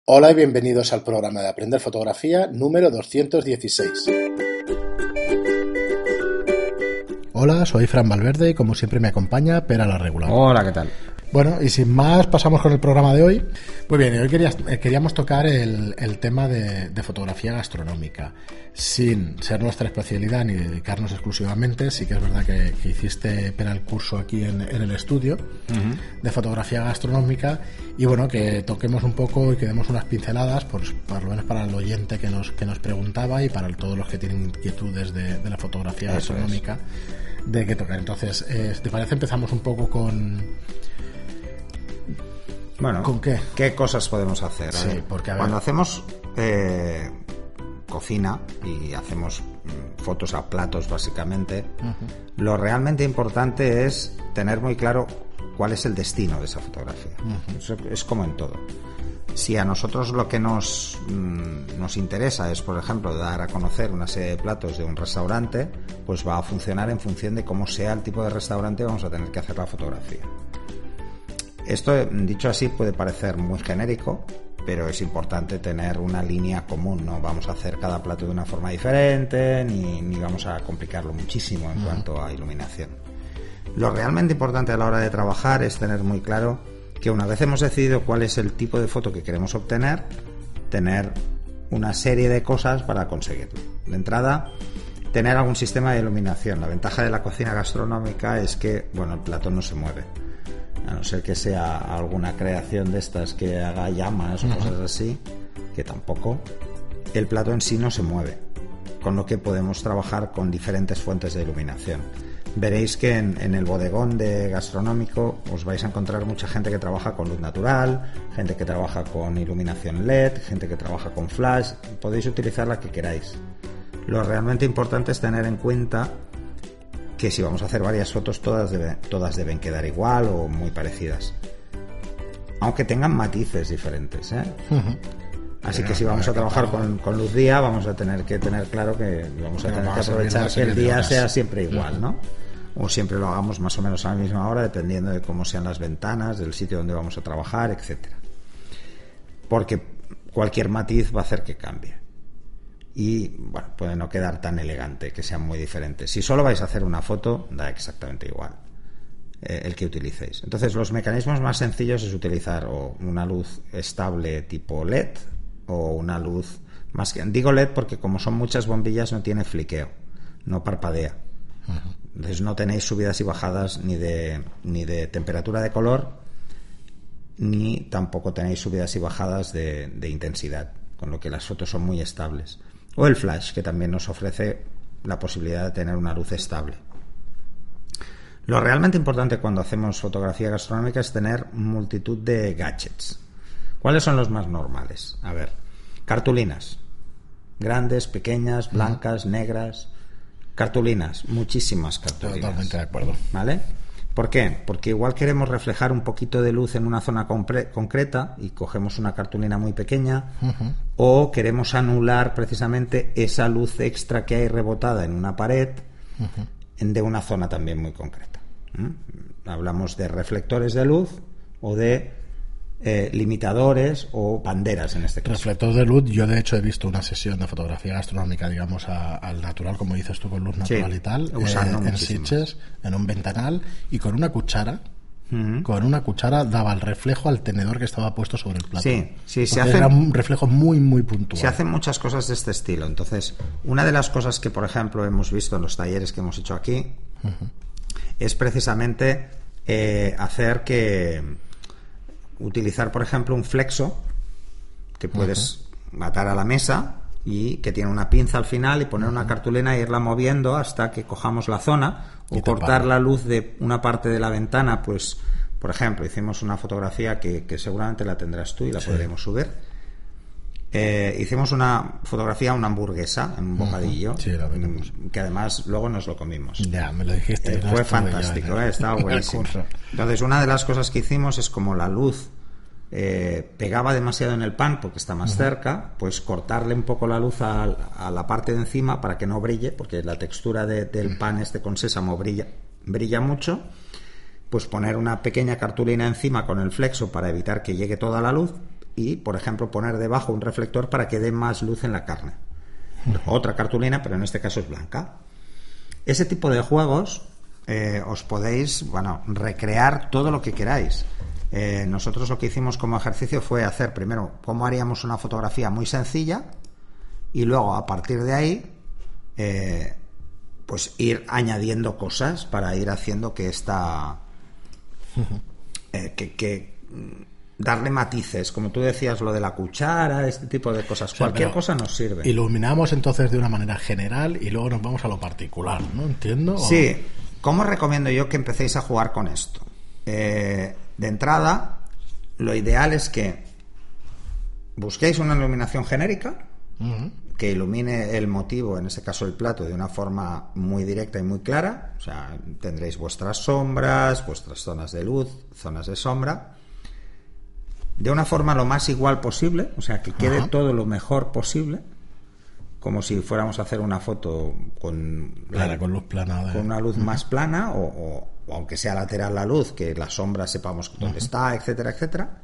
Hola y bienvenidos al programa de Aprender Fotografía número 216. Hola, soy Fran Valverde y como siempre me acompaña Pera la Regular. Hola, ¿qué tal? Bueno, y sin más pasamos con el programa de hoy. Muy bien, hoy queríamos tocar el tema de fotografía gastronómica, sin ser nuestra especialidad ni dedicarnos exclusivamente. Sí que es verdad que hiciste, Pera, el curso aquí en el estudio de fotografía gastronómica, y bueno, que toquemos un poco y que demos unas pinceladas, por lo menos para el oyente que nos preguntaba y para todos los que tienen inquietudes de la fotografía gastronómica, de qué tocar. Entonces, ¿te parece? Empezamos un poco con... Bueno, ¿con qué? ¿Qué cosas podemos hacer? Sí, porque cuando hacemos cocina y hacemos fotos a platos, básicamente, lo realmente importante es tener muy claro cuál es el destino de esa fotografía. Eso es como en todo. Si a nosotros lo que nos interesa es, por ejemplo, dar a conocer una serie de platos de un restaurante, pues va a funcionar en función de cómo sea el tipo de restaurante, vamos a tener que hacer la fotografía. Esto, dicho así, puede parecer muy genérico, pero es importante tener una línea común. No vamos a hacer cada plato de una forma diferente, ni vamos a complicarlo muchísimo en cuanto a iluminación. Lo realmente importante a la hora de trabajar es tener muy claro que una vez hemos decidido cuál es el tipo de foto que queremos obtener, tener una serie de cosas para conseguirlo. De entrada, tener algún sistema de iluminación. La ventaja de la cocina gastronómica es que, bueno, el plato no se mueve. A no ser que sea alguna creación de estas que haga llamas o cosas así, que tampoco, el plato en sí no se mueve, con lo que podemos trabajar con diferentes fuentes de iluminación. Veréis que en el bodegón de gastronómico os vais a encontrar mucha gente que trabaja con luz natural, gente que trabaja con iluminación LED, gente que trabaja con flash. Podéis utilizar la que queráis. Lo realmente importante es tener en cuenta que si vamos a hacer varias fotos, todas deben quedar igual o muy parecidas, aunque tengan matices diferentes, ¿eh? Así que si vamos a trabajar con luz día, vamos a tener que tener claro que vamos a tener que aprovechar que el día sea siempre igual, ¿no? O siempre lo hagamos más o menos a la misma hora, dependiendo de cómo sean las ventanas, del sitio donde vamos a trabajar, etcétera. Porque cualquier matiz va a hacer que cambie. Y bueno, puede no quedar tan elegante, que sean muy diferentes. Si solo vais a hacer una foto, da exactamente igual el que utilicéis. Entonces, los mecanismos más sencillos es utilizar o una luz estable tipo LED o una luz más que... Digo LED porque como son muchas bombillas no tiene fliqueo, no parpadea. Entonces no tenéis subidas y bajadas ni de temperatura de color, ni tampoco tenéis subidas y bajadas de intensidad, con lo que las fotos son muy estables. O el flash, que también nos ofrece la posibilidad de tener una luz estable. Lo realmente importante cuando hacemos fotografía gastronómica es tener multitud de gadgets. ¿Cuáles son los más normales? A ver, cartulinas. Grandes, pequeñas, blancas, negras. Cartulinas, muchísimas cartulinas. Totalmente de acuerdo. ¿Vale? ¿Por qué? Porque igual queremos reflejar un poquito de luz en una zona concreta y cogemos una cartulina muy pequeña, o queremos anular precisamente esa luz extra que hay rebotada en una pared de una zona también muy concreta. Hablamos de reflectores de luz o de limitadores o banderas en este caso. Reflector de luz, yo de hecho he visto una sesión de fotografía gastronómica, digamos, al natural, como dices tú, con luz natural, sí, y tal, en Sitges, en un ventanal, y con una cuchara. Con una cuchara daba el reflejo al tenedor que estaba puesto sobre el plato. Sí, era un reflejo muy, muy puntual. Se hacen muchas cosas de este estilo. Entonces, una de las cosas que, por ejemplo, hemos visto en los talleres que hemos hecho aquí es precisamente hacer que utilizar, por ejemplo, un flexo que puedes atar a la mesa y que tiene una pinza al final, y poner una cartulina e irla moviendo hasta que cojamos la zona, o cortar la luz de una parte de la ventana. Pues, por ejemplo, hicimos una fotografía que seguramente la tendrás tú y la podremos subir. Hicimos una fotografía a una hamburguesa en un bocadillo, que además luego nos lo comimos. Ya, me lo dijiste. Fue fantástico, estaba buenísimo. Entonces, una de las cosas que hicimos es, como la luz pegaba demasiado en el pan porque está más cerca, pues cortarle un poco la luz a la parte de encima para que no brille, porque la textura del pan con sésamo brilla mucho. Pues poner una pequeña cartulina encima con el flexo para evitar que llegue toda la luz, y, por ejemplo, poner debajo un reflector para que dé más luz en la carne. Otra cartulina, pero en este caso es blanca. Ese tipo de juegos os podéis, recrear todo lo que queráis. Nosotros lo que hicimos como ejercicio fue hacer primero cómo haríamos una fotografía muy sencilla y luego a partir de ahí pues ir añadiendo cosas para ir haciendo que esta darle matices, como tú decías, lo de la cuchara, este tipo de cosas. Cualquier cosa nos sirve. Iluminamos entonces de una manera general y luego nos vamos a lo particular, ¿no? ¿Entiendo? Sí. ¿Cómo recomiendo yo que empecéis a jugar con esto? De entrada, lo ideal es que busquéis una iluminación genérica que ilumine el motivo, en este caso el plato, de una forma muy directa y muy clara. O sea, tendréis vuestras sombras, vuestras zonas de luz, zonas de sombra, de una forma lo más igual posible, o sea, que quede todo lo mejor posible, como si fuéramos a hacer una foto con luz plana, con una luz más plana, o aunque sea lateral la luz, que la sombra sepamos dónde está, etcétera, etcétera.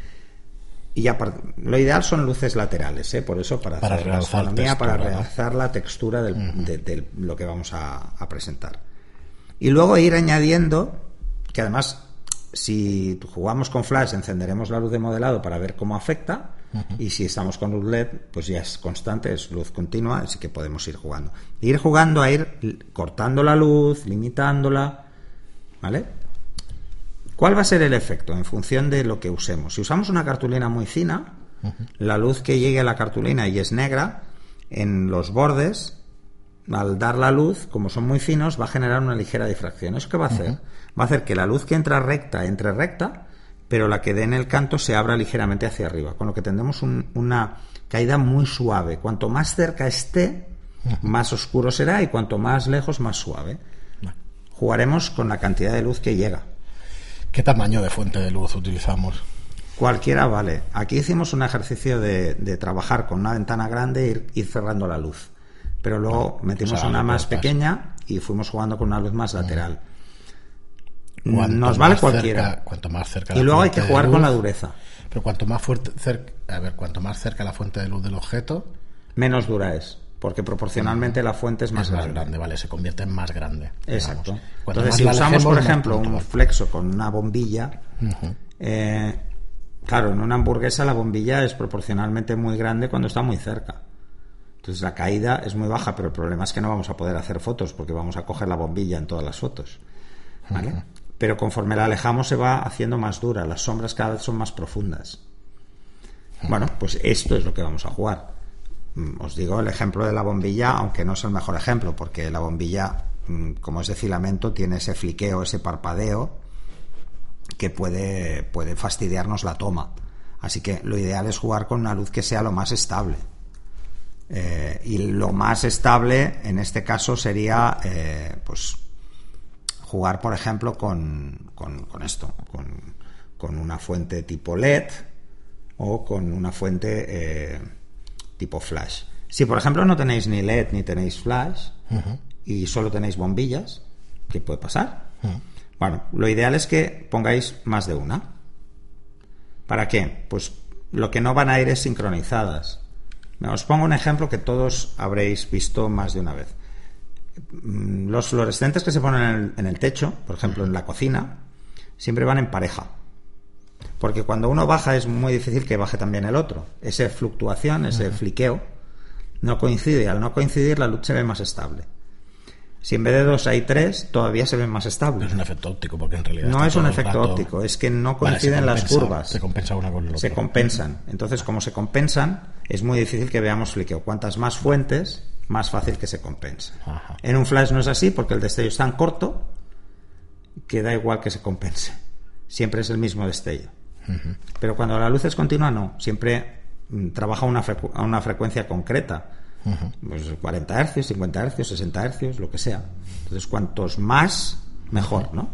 Y lo ideal son luces laterales, por eso para hacer la astronomía, para realzar la textura de lo que vamos a presentar. Y luego ir añadiendo, que además, si jugamos con flash, encenderemos la luz de modelado para ver cómo afecta, y si estamos con luz LED, pues ya es constante, es luz continua, así que podemos ir jugando. Ir jugando a ir cortando la luz, limitándola, ¿vale? ¿Cuál va a ser el efecto? En función de lo que usemos. Si usamos una cartulina muy fina, la luz que llegue a la cartulina y es negra, en los bordes, al dar la luz, como son muy finos, va a generar una ligera difracción. ¿Eso qué va a hacer? Va a hacer que la luz que entra recta, entre recta, pero la que dé en el canto se abra ligeramente hacia arriba, con lo que tendremos una caída muy suave. Cuanto más cerca esté, más oscuro será, y cuanto más lejos, más suave. Jugaremos con la cantidad de luz que llega. ¿Qué tamaño de fuente de luz utilizamos? Cualquiera vale. Aquí hicimos un ejercicio de trabajar con una ventana grande e ir cerrando la luz. Pero luego metimos una más pequeña y fuimos jugando con una luz más lateral. Nos vale cualquiera. Cuanto más cerca y luego hay que jugar con la dureza. Pero cuanto más cuanto más cerca la fuente de luz del objeto, menos dura es, porque proporcionalmente la fuente es más grande. Vale, se convierte en más grande. Exacto. Entonces, si usamos, por ejemplo, un flexo con una bombilla, claro, en una hamburguesa la bombilla es proporcionalmente muy grande cuando está muy cerca. Entonces la caída es muy baja, pero el problema es que no vamos a poder hacer fotos porque vamos a coger la bombilla en todas las fotos, ¿vale? Pero conforme la alejamos se va haciendo más dura, las sombras cada vez son más profundas. Bueno, pues esto es lo que vamos a jugar. Os digo el ejemplo de la bombilla, aunque no es el mejor ejemplo, porque la bombilla, como es de filamento, tiene ese fliqueo, ese parpadeo que puede fastidiarnos la toma. Así que lo ideal es jugar con una luz que sea lo más estable. Y lo más estable en este caso sería pues jugar, por ejemplo, con esto, con una fuente tipo LED o con una fuente tipo flash. Si, por ejemplo, no tenéis ni LED ni tenéis flash y solo tenéis bombillas, ¿qué puede pasar? Bueno, lo ideal es que pongáis más de una. ¿Para qué? Pues lo que no van a ir es sincronizadas. Os pongo un ejemplo que todos habréis visto más de una vez. Los fluorescentes que se ponen en el techo, por ejemplo en la cocina, siempre van en pareja, porque cuando uno baja es muy difícil que baje también el otro. Esa fluctuación, ese fliqueo no coincide. Al no coincidir, la luz se ve más estable. Si en vez de 2 hay 3, todavía se ven más estables. No es un efecto óptico, porque en realidad no es un efecto óptico, es que no coinciden las curvas. Se compensa una con la otra. Se compensan. Entonces, como se compensan, es muy difícil que veamos fliqueo. Cuantas más fuentes, más fácil que se compensen. En un flash no es así, porque el destello es tan corto que da igual que se compense. Siempre es el mismo destello. Pero cuando la luz es continua, no. Siempre trabaja a una frecuencia concreta. Pues 40 Hz, 50 Hz, 60 Hz, lo que sea. Entonces, cuantos más, mejor, ¿no?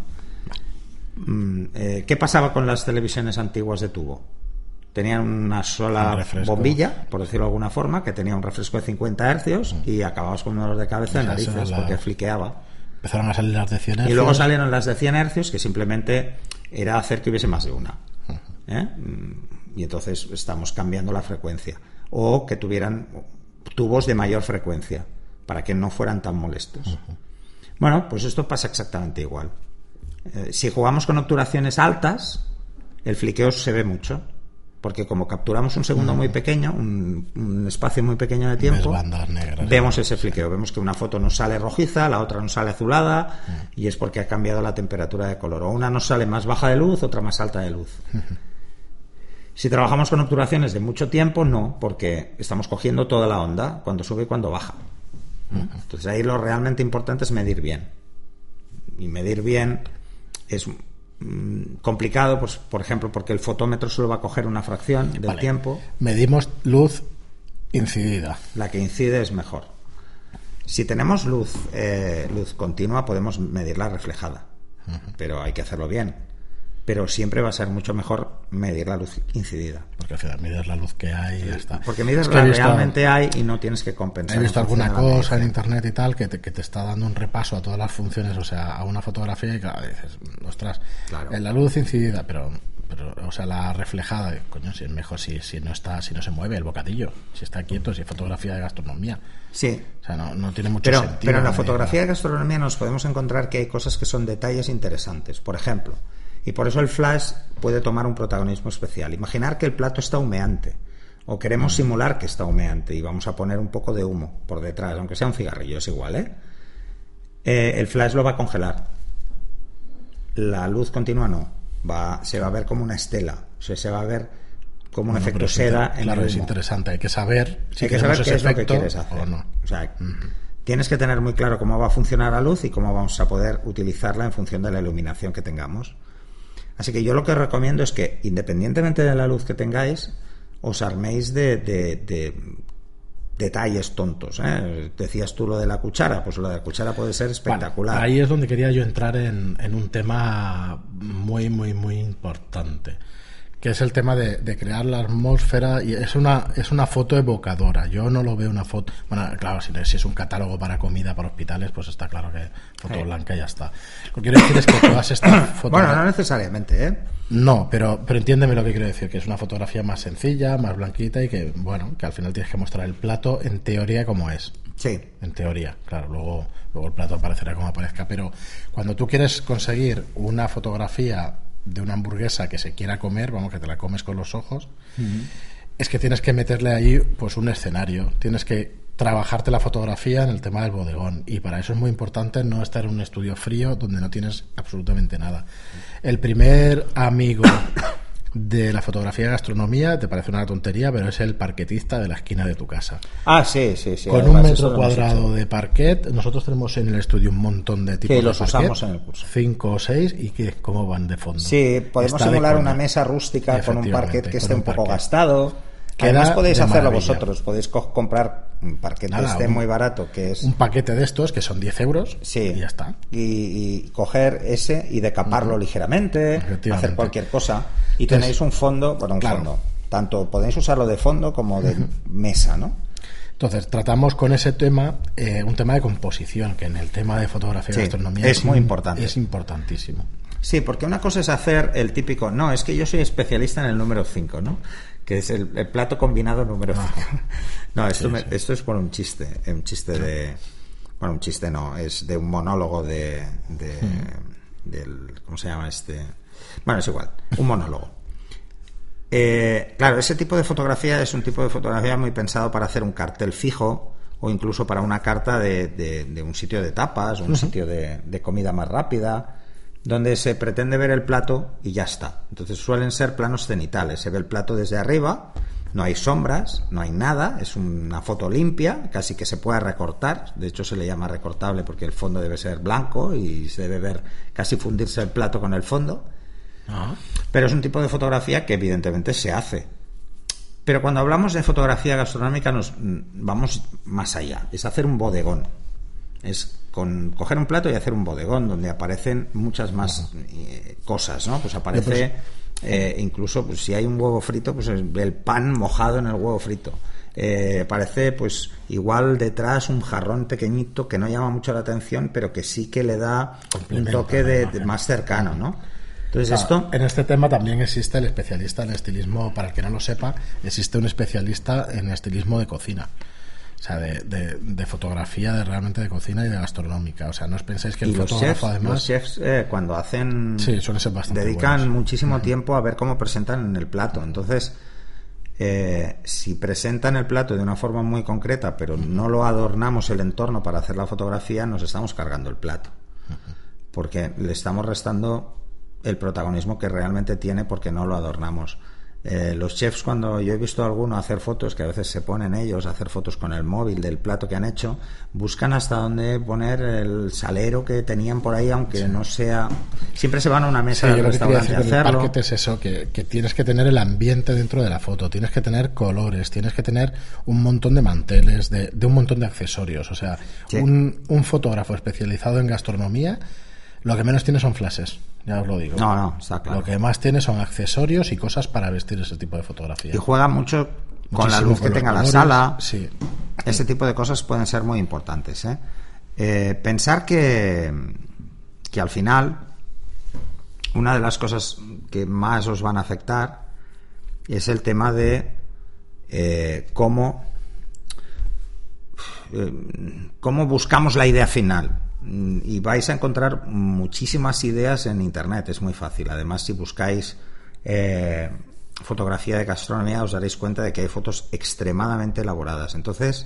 ¿Qué pasaba con las televisiones antiguas de tubo? Tenían una sola bombilla, por decirlo de alguna forma, que tenía un refresco de 50 Hz y acababas con un dolor de cabeza de narices porque fliqueaba. Empezaron a salir las de 100 Hz. Y luego salieron las de 100 Hz, que simplemente era hacer que hubiese más de una. y entonces estamos cambiando la frecuencia, o que tuvieran tubos de mayor frecuencia para que no fueran tan molestos. Bueno, pues esto pasa exactamente igual. Si jugamos con obturaciones altas, el fliqueo se ve mucho, porque como capturamos un segundo muy pequeño, un espacio muy pequeño de tiempo, vemos ese fliqueo, vemos que una foto nos sale rojiza, la otra nos sale azulada, y es porque ha cambiado la temperatura de color, o una nos sale más baja de luz, otra más alta de luz. Si trabajamos con obturaciones de mucho tiempo, no, porque estamos cogiendo toda la onda, cuando sube y cuando baja. Entonces ahí lo realmente importante es medir bien, y medir bien es complicado, pues por ejemplo, porque el fotómetro solo va a coger una fracción del tiempo. Medimos luz incidida. La que incide es mejor. Si tenemos luz continua, podemos medirla reflejada, pero hay que hacerlo bien. Pero siempre va a ser mucho mejor medir la luz incidida. Porque al final mides la luz que hay y ya está. Porque mides la que realmente hay y no tienes que compensar. He visto alguna cosa en internet y tal que te está dando un repaso a todas las funciones, o sea, a una fotografía, y claro, dices, ostras, claro, en la luz incidida, pero o sea, la reflejada, coño, si es mejor si no se mueve el bocadillo, si está quieto, si es fotografía de gastronomía. Sí. O sea, no tiene mucho sentido. Pero en la fotografía de gastronomía nos podemos encontrar que hay cosas que son detalles interesantes. Por ejemplo, y por eso el flash puede tomar un protagonismo especial. Imaginar que el plato está humeante, o queremos simular que está humeante, y vamos a poner un poco de humo por detrás, aunque sea un cigarrillo, es igual, el flash lo va a congelar. La luz continua no. Se va a ver como una estela, o sea, se va a ver como un efecto seda. Claro, es interesante, hay que saber si qué es lo que quieres hacer o no. O sea, tienes que tener muy claro cómo va a funcionar la luz y cómo vamos a poder utilizarla en función de la iluminación que tengamos. Así que yo lo que os recomiendo es que, independientemente de la luz que tengáis, os arméis de detalles tontos, Decías tú lo de la cuchara, pues lo de la cuchara puede ser espectacular. Bueno, ahí es donde quería yo entrar en un tema muy, muy, muy importante, que es el tema de crear la atmósfera, y es una foto evocadora. Yo no lo veo una foto, bueno, claro, si es un catálogo para comida para hospitales, pues está claro que foto blanca y ya está. Lo que quiero decir es que todas estas fotos... Bueno, no necesariamente, No, pero entiéndeme lo que quiero decir, que es una fotografía más sencilla, más blanquita, y que, bueno, que al final tienes que mostrar el plato en teoría como es. Sí. En teoría, claro, luego el plato aparecerá como aparezca, pero cuando tú quieres conseguir una fotografía de una hamburguesa que se quiera comer, vamos, que te la comes con los ojos, es que tienes que meterle ahí pues un escenario, tienes que trabajarte la fotografía en el tema del bodegón, y para eso es muy importante no estar en un estudio frío donde no tienes absolutamente nada. El primer amigo de la fotografía de gastronomía, te parece una tontería, pero es el parquetista de la esquina de tu casa. Ah, sí. Con un metro cuadrado de parquet. Nosotros tenemos en el estudio un montón de tipos que los de parquet, usamos en el curso. 5 o 6, y que cómo van de fondo. Sí, podemos simular una mesa rústica con un parquet que esté un poco gastado. Además podéis hacerlo vosotros, podéis comprar un parquet que esté muy barato, que es un paquete de estos que son 10 euros, y ya está. Y coger ese y decaparlo ligeramente, hacer cualquier cosa, y tenéis un fondo, fondo. Tanto podéis usarlo de fondo como de mesa, ¿no? Entonces, tratamos con ese tema, un tema de composición, que en el tema de fotografía y gastronomía es muy importante. Es importantísimo. Sí, porque una cosa es hacer el típico, no, es que yo soy especialista en el número 5, ¿no? Que es el plato combinado número 5. No, esto es por un chiste de... Bueno, un chiste no, es de un monólogo del... ¿Cómo se llama este? Bueno, es igual, un monólogo. Claro, ese tipo de fotografía es un tipo de fotografía muy pensado para hacer un cartel fijo, o incluso para una carta de un sitio de tapas, o un sitio de comida más rápida, donde se pretende ver el plato y ya está. Entonces suelen ser planos cenitales, se ve el plato desde arriba, no hay sombras, no hay nada, es una foto limpia, casi que se puede recortar, de hecho se le llama recortable porque el fondo debe ser blanco y se debe ver casi fundirse el plato con el fondo. Pero es un tipo de fotografía que evidentemente se hace. Pero cuando hablamos de fotografía gastronómica nos vamos más allá, es hacer un bodegón. Es coger un plato y hacer un bodegón donde aparecen muchas más cosas, ¿no? Pues aparece incluso, pues, si hay un huevo frito, pues el pan mojado en el huevo frito. Aparece pues igual detrás un jarrón pequeñito que no llama mucho la atención, pero que sí que le da un toque de más cercano, ¿no? Entonces, esto... En este tema también existe el especialista en estilismo, para el que no lo sepa, existe un especialista en estilismo de cocina. O sea, de fotografía realmente de cocina y de gastronómica. O sea, no os penséis que el fotógrafo, además... Los chefs, cuando hacen... Sí, suelen ser bastante dedican buenos. muchísimo tiempo a ver cómo presentan en el plato. Entonces, si presentan el plato de una forma muy concreta, pero no lo adornamos el entorno para hacer la fotografía, nos estamos cargando el plato. Porque le estamos restando el protagonismo que realmente tiene porque no lo adornamos. Los chefs, cuando yo he visto a alguno hacer fotos, que a veces se ponen ellos a hacer fotos con el móvil del plato que han hecho, buscan hasta dónde poner el salero que tenían por ahí, aunque no sea... Siempre se van a una mesa del restaurante a hacerlo. El parquet es eso, que tienes que tener el ambiente dentro de la foto, tienes que tener colores, tienes que tener un montón de manteles, de un montón de accesorios. O sea, sí. un fotógrafo especializado en gastronomía, lo que menos tiene son flashes, ya os lo digo. No, está claro. Lo que más tiene son accesorios y cosas para vestir ese tipo de fotografía. Y juega mucho con la luz que tenga la sala. Sí. Ese tipo de cosas pueden ser muy importantes. Pensar que al final una de las cosas que más os van a afectar es el tema de cómo buscamos la idea final. Y vais a encontrar muchísimas ideas en internet, es muy fácil. Además, si buscáis fotografía de gastronomía, os daréis cuenta de que hay fotos extremadamente elaboradas. Entonces,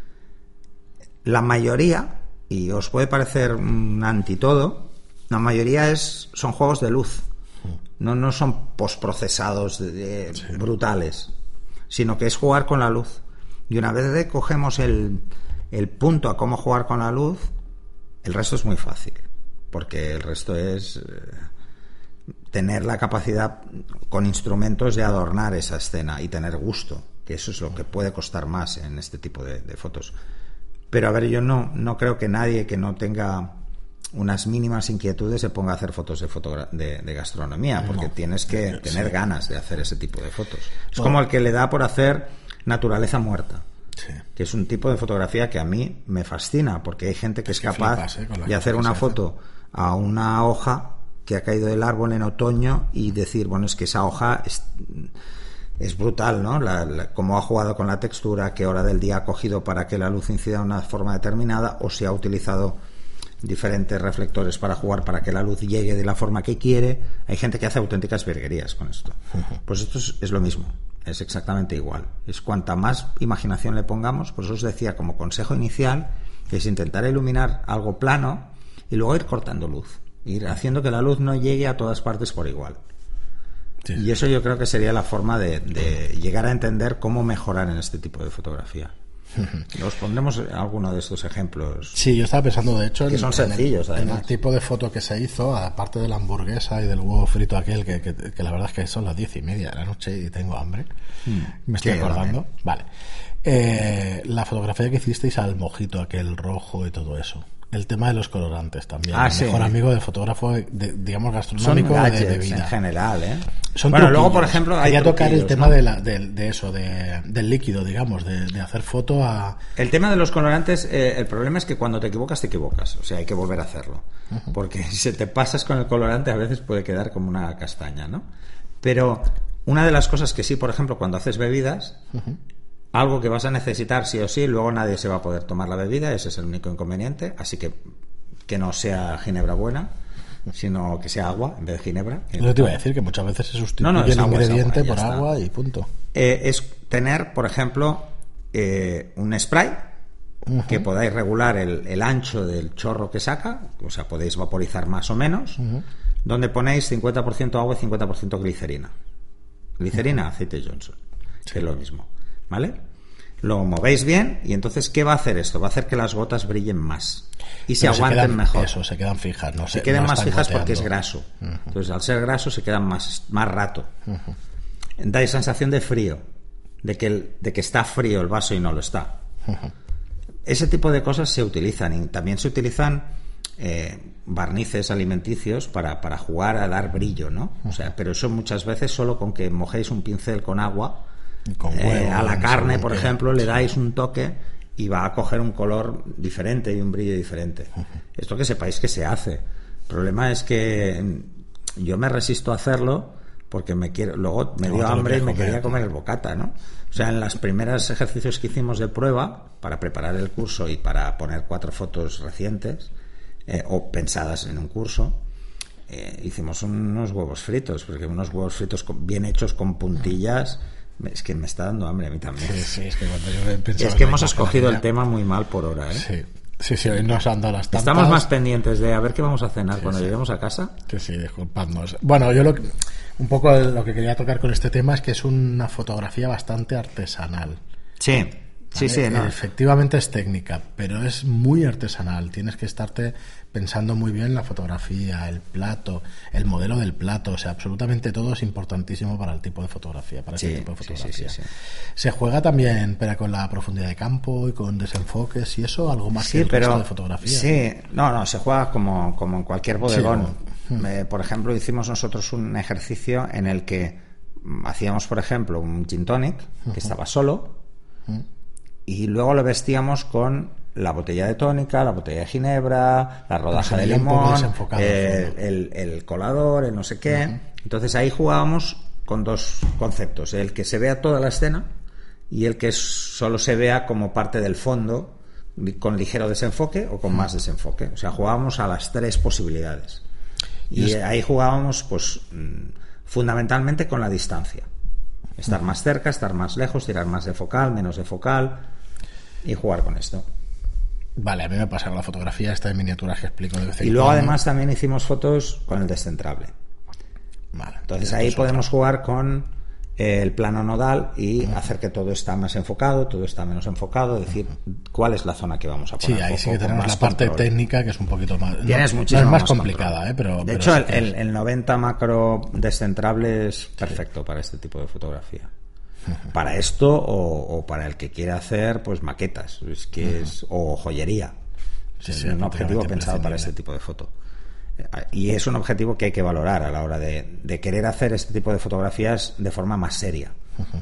la mayoría, y os puede parecer un anti todo, la mayoría son juegos de luz, no son postprocesados brutales, sino que es jugar con la luz. Y una vez que cogemos el punto a cómo jugar con la luz, el resto es muy fácil, porque el resto es tener la capacidad con instrumentos de adornar esa escena y tener gusto, que eso es lo que puede costar más en este tipo de fotos. Pero a ver, yo no creo que nadie que no tenga unas mínimas inquietudes se ponga a hacer fotos de gastronomía, porque tienes que tener ganas de hacer ese tipo de fotos. Es como el que le da por hacer naturaleza muerta. Sí. Que es un tipo de fotografía que a mí me fascina, porque hay gente que es capaz de hacer una foto a una hoja que ha caído del árbol en otoño y decir, bueno, es que esa hoja es brutal, ¿no? Cómo ha jugado con la textura, qué hora del día ha cogido para que la luz incida de una forma determinada, o si ha utilizado diferentes reflectores para jugar para que la luz llegue de la forma que quiere. Hay gente que hace auténticas virguerías con esto. Pues esto es lo mismo. Es exactamente igual. Es cuanta más imaginación le pongamos. Por eso os decía, como consejo inicial, que es intentar iluminar algo plano y luego ir cortando luz, ir haciendo que la luz no llegue a todas partes por igual. Sí. Y eso yo creo que sería la forma de llegar a entender cómo mejorar en este tipo de fotografía. Os pondremos alguno de estos ejemplos. Sí, yo estaba pensando, de hecho, que son sencillos, en el tipo de foto que se hizo, aparte de la hamburguesa y del huevo frito aquel, que la verdad es que son las 10:30 de la noche y tengo hambre. Me estoy acordando. Vale. La fotografía que hicisteis al mojito, aquel rojo y todo eso. El tema de los colorantes también. El mejor amigo del fotógrafo, digamos, gastronómico, son gadgets, de vida. En general, Son bueno, truquillos. Luego, por ejemplo, hay quería tocar el tema, ¿no? de eso, del líquido, digamos, de hacer foto a... El tema de los colorantes, el problema es que cuando te equivocas. O sea, hay que volver a hacerlo. Porque si te pasas con el colorante, a veces puede quedar como una castaña, ¿no? Pero una de las cosas que sí, por ejemplo, cuando haces bebidas... Algo que vas a necesitar sí o sí, luego nadie se va a poder tomar la bebida, ese es el único inconveniente, así que no sea ginebra buena, sino que sea agua en vez de ginebra. Yo te iba a decir que muchas veces se sustituye el ingrediente por agua y punto. Es tener, por ejemplo, un spray que podáis regular el ancho del chorro que saca, o sea, podéis vaporizar más o menos, donde ponéis 50% agua y 50% glicerina. Glicerina, aceite Johnson, que es lo mismo. ¿Vale? Lo movéis bien y entonces ¿qué va a hacer esto? Va a hacer que las gotas brillen más y se aguanten mejor. Eso, se quedan fijas. Se quedan más fijas porque es graso. Entonces, al ser graso, se quedan más rato. Dais sensación de frío, de que está frío el vaso y no lo está. Ese tipo de cosas se utilizan y también se utilizan barnices alimenticios para jugar a dar brillo, ¿no? O sea, pero eso muchas veces solo con que mojéis un pincel con agua. Con huevo, a la carne, por ejemplo, le dais un toque y va a coger un color diferente y un brillo diferente. Esto que sepáis que se hace. El problema es que yo me resisto a hacerlo porque luego me dio hambre y me quería comer el bocata, ¿no? O sea, en los primeros ejercicios que hicimos de prueba para preparar el curso y para poner 4 fotos recientes o pensadas en un curso, hicimos unos huevos fritos, porque unos huevos fritos bien hechos con puntillas, es que me está dando hambre a mí también. Sí, es que cuando yo he pensado es que hemos escogido el tema muy mal por hora, ¿eh? Sí, hoy nos han dado las tantas. Estamos más pendientes de a ver qué vamos a cenar cuando lleguemos a casa. Sí, disculpadnos. Bueno, yo un poco lo que quería tocar con este tema es que es una fotografía bastante artesanal. Sí. ¿Vale? Sí, no. Efectivamente es técnica, pero es muy artesanal. Tienes que estarte pensando muy bien la fotografía, el plato, el modelo del plato. O sea, absolutamente todo es importantísimo para el tipo de fotografía, para ese tipo de fotografía. Sí. Se juega también, pero con la profundidad de campo y con desenfoques y eso, algo más que el resto de fotografía. Sí, no, se juega como en cualquier bodegón. Por ejemplo, hicimos nosotros un ejercicio en el que hacíamos, por ejemplo, un gin tonic que estaba solo. Y luego lo vestíamos con la botella de tónica, la botella de ginebra, la rodaja de limón, el colador, el no sé qué. Entonces ahí jugábamos con 2 conceptos: el que se vea toda la escena y el que solo se vea como parte del fondo, con ligero desenfoque o con más desenfoque. O sea, jugábamos a las 3 posibilidades. Y ahí jugábamos, pues, fundamentalmente con la distancia. Estar más cerca, estar más lejos, tirar más de focal, menos de focal y jugar con esto. Vale, a mí me pasa con la fotografía esta de miniaturas que explico de vez en cuando. Y luego además también hicimos fotos con el descentrable. Vale. Entonces ahí podemos jugar con el plano nodal y hacer que todo está más enfocado, todo está menos enfocado, decir cuál es la zona que vamos a poner. Sí, ahí sí que tenemos la parte técnica que es un poquito más... Tienes muchísimo no es más control. Complicada, pero... De hecho, el 90 macro descentrable es perfecto para este tipo de fotografía. Para esto o para el que quiera hacer pues maquetas, o joyería. Es un objetivo pensado para este tipo de foto. Y es un objetivo que hay que valorar a la hora de querer hacer este tipo de fotografías de forma más seria.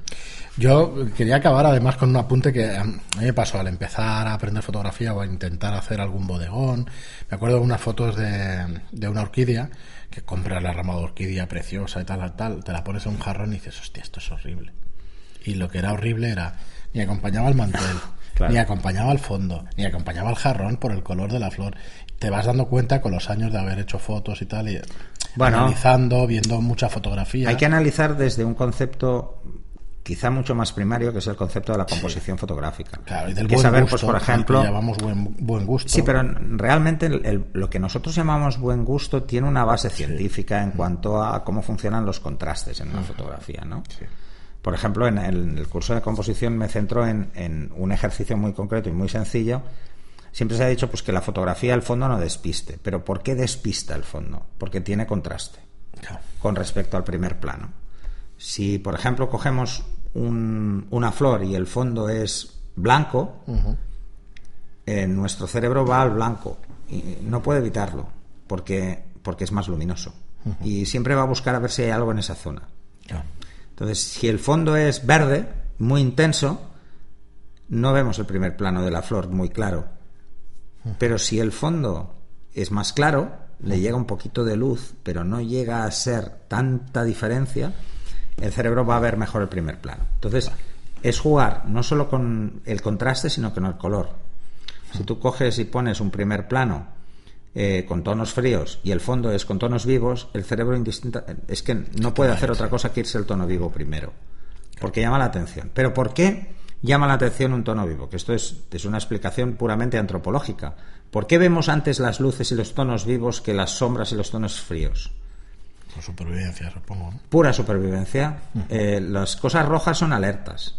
Yo quería acabar además con un apunte que a mí me pasó al empezar a aprender fotografía o a intentar hacer algún bodegón. Me acuerdo de unas fotos de una orquídea, que compras la rama de orquídea preciosa y tal, te la pones en un jarrón y dices, hostia, esto es horrible. Y lo que era horrible era, ni acompañaba el mantel, claro, ni acompañaba el fondo, ni acompañaba el jarrón por el color de la flor. Te vas dando cuenta con los años de haber hecho fotos y tal, y analizando, viendo mucha fotografía. Hay que analizar desde un concepto quizá mucho más primario, que es el concepto de la composición fotográfica. Claro, y del hay que buen saber, gusto, pues, por ejemplo, llamamos buen gusto. Sí, pero realmente lo que nosotros llamamos buen gusto tiene una base científica en cuanto a cómo funcionan los contrastes en una fotografía, ¿no? Sí. Por ejemplo, en el curso de composición me centro en un ejercicio muy concreto y muy sencillo. Siempre se ha dicho pues que la fotografía, el fondo no despiste. ¿Pero por qué despista el fondo? Porque tiene contraste con respecto al primer plano. Si, por ejemplo, cogemos una flor y el fondo es blanco, nuestro cerebro va al blanco y no puede evitarlo porque es más luminoso. Y siempre va a buscar a ver si hay algo en esa zona. Entonces, si el fondo es verde, muy intenso, no vemos el primer plano de la flor muy claro. Pero si el fondo es más claro, le llega un poquito de luz, pero no llega a ser tanta diferencia, el cerebro va a ver mejor el primer plano. Entonces, es jugar no solo con el contraste, sino con el color. Si tú coges y pones un primer plano con tonos fríos y el fondo es con tonos vivos, el cerebro es que no puede hacer otra cosa que irse el tono vivo primero, porque llama la atención. ¿Pero por qué llama la atención un tono vivo? Que esto es una explicación puramente antropológica. ¿Por qué vemos antes las luces y los tonos vivos que las sombras y los tonos fríos? Por supervivencia, supongo, ¿no? Pura supervivencia. Las cosas rojas son alertas.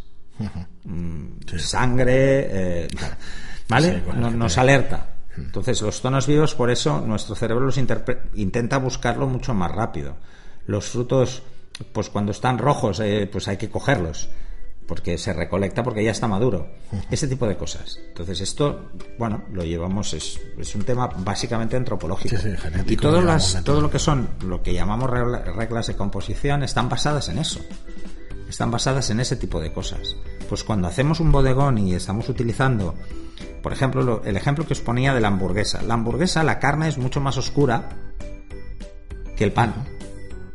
Sangre, ¿vale? Nos alerta. Entonces, los tonos vivos, por eso nuestro cerebro los intenta buscarlo mucho más rápido. Los frutos, pues cuando están rojos, pues hay que cogerlos, porque se recolecta, porque ya está maduro. Ese tipo de cosas. Entonces, esto, bueno, lo llevamos, es un tema básicamente antropológico. Sí, genético, y todo lo que son, lo que llamamos reglas de composición, están basadas en eso. Están basadas en ese tipo de cosas. Pues cuando hacemos un bodegón y estamos utilizando, por ejemplo, el ejemplo que os ponía de la hamburguesa. La hamburguesa, la carne es mucho más oscura que el pan.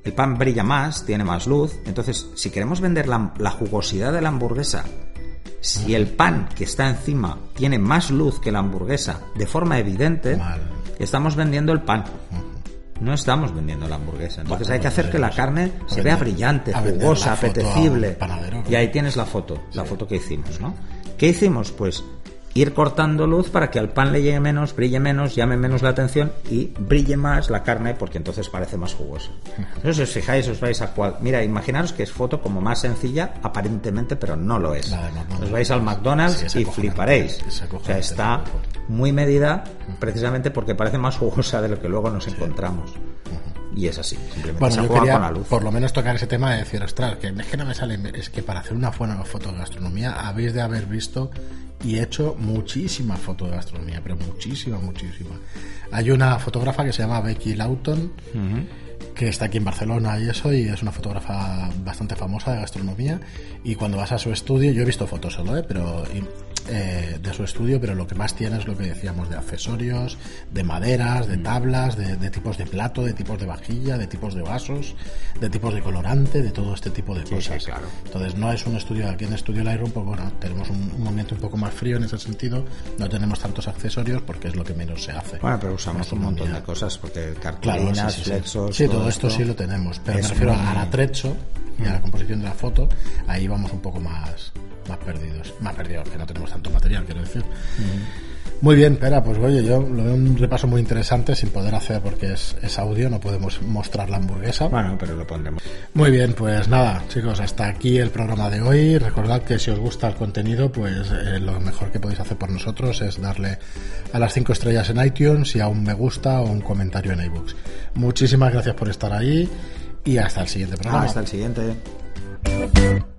el pan brilla más, tiene más luz. Entonces, si queremos vender la jugosidad de la hamburguesa, si el pan que está encima tiene más luz que la hamburguesa de forma evidente, estamos vendiendo el pan. No estamos vendiendo la hamburguesa. Entonces hay que hacer que la carne se vea brillante, jugosa, apetecible. Y ahí tienes la foto que hicimos, ¿no? ¿Qué hicimos? Pues ir cortando luz para que al pan le llegue menos, brille menos, llame menos la atención y brille más la carne, porque entonces parece más jugosa. Entonces, si os fijáis, os vais a Mira, imaginaros que es foto como más sencilla, aparentemente, pero no lo es. Os vais al McDonald's y fliparéis. O sea, está muy medida precisamente porque parece más jugosa de lo que luego nos encontramos. Y es así, simplemente se juega con la luz. Por lo menos tocar ese tema de decir, ostras, que es que no me sale, es que para hacer una buena foto de gastronomía habéis de haber visto y hecho muchísima foto de gastronomía, pero muchísima. Hay una fotógrafa que se llama Becky Lawton, que está aquí en Barcelona y eso, y es una fotógrafa bastante famosa de gastronomía, y cuando vas a su estudio, yo he visto fotos solo, pero de su estudio, pero lo que más tiene es lo que decíamos de accesorios, de maderas, de tablas, de tipos de plato, de tipos de vajilla, de tipos de vasos, de tipos de colorante, de todo este tipo de cosas. Sí, claro. Entonces no es un estudio, aquí en Estudio Lightroom, pues bueno, tenemos un ambiente un poco más frío en ese sentido, no tenemos tantos accesorios porque es lo que menos se hace. Bueno, pero usamos un montón de cosas, porque cartulinas, flexos... Sí, todo esto sí lo tenemos, pero me refiero al atrecho y a la composición de la foto, ahí vamos un poco más perdidos, que no tenemos tanto material, quiero decir. Muy bien, Pera, pues oye, yo lo veo un repaso muy interesante, sin poder hacer porque es audio, no podemos mostrar la hamburguesa. Bueno, pero lo pondremos. Muy bien, pues nada, chicos, hasta aquí el programa de hoy. Recordad que si os gusta el contenido, pues lo mejor que podéis hacer por nosotros es darle a las 5 estrellas en iTunes y a un me gusta o un comentario en iBooks. Muchísimas gracias por estar ahí y hasta el siguiente programa. Hasta el siguiente.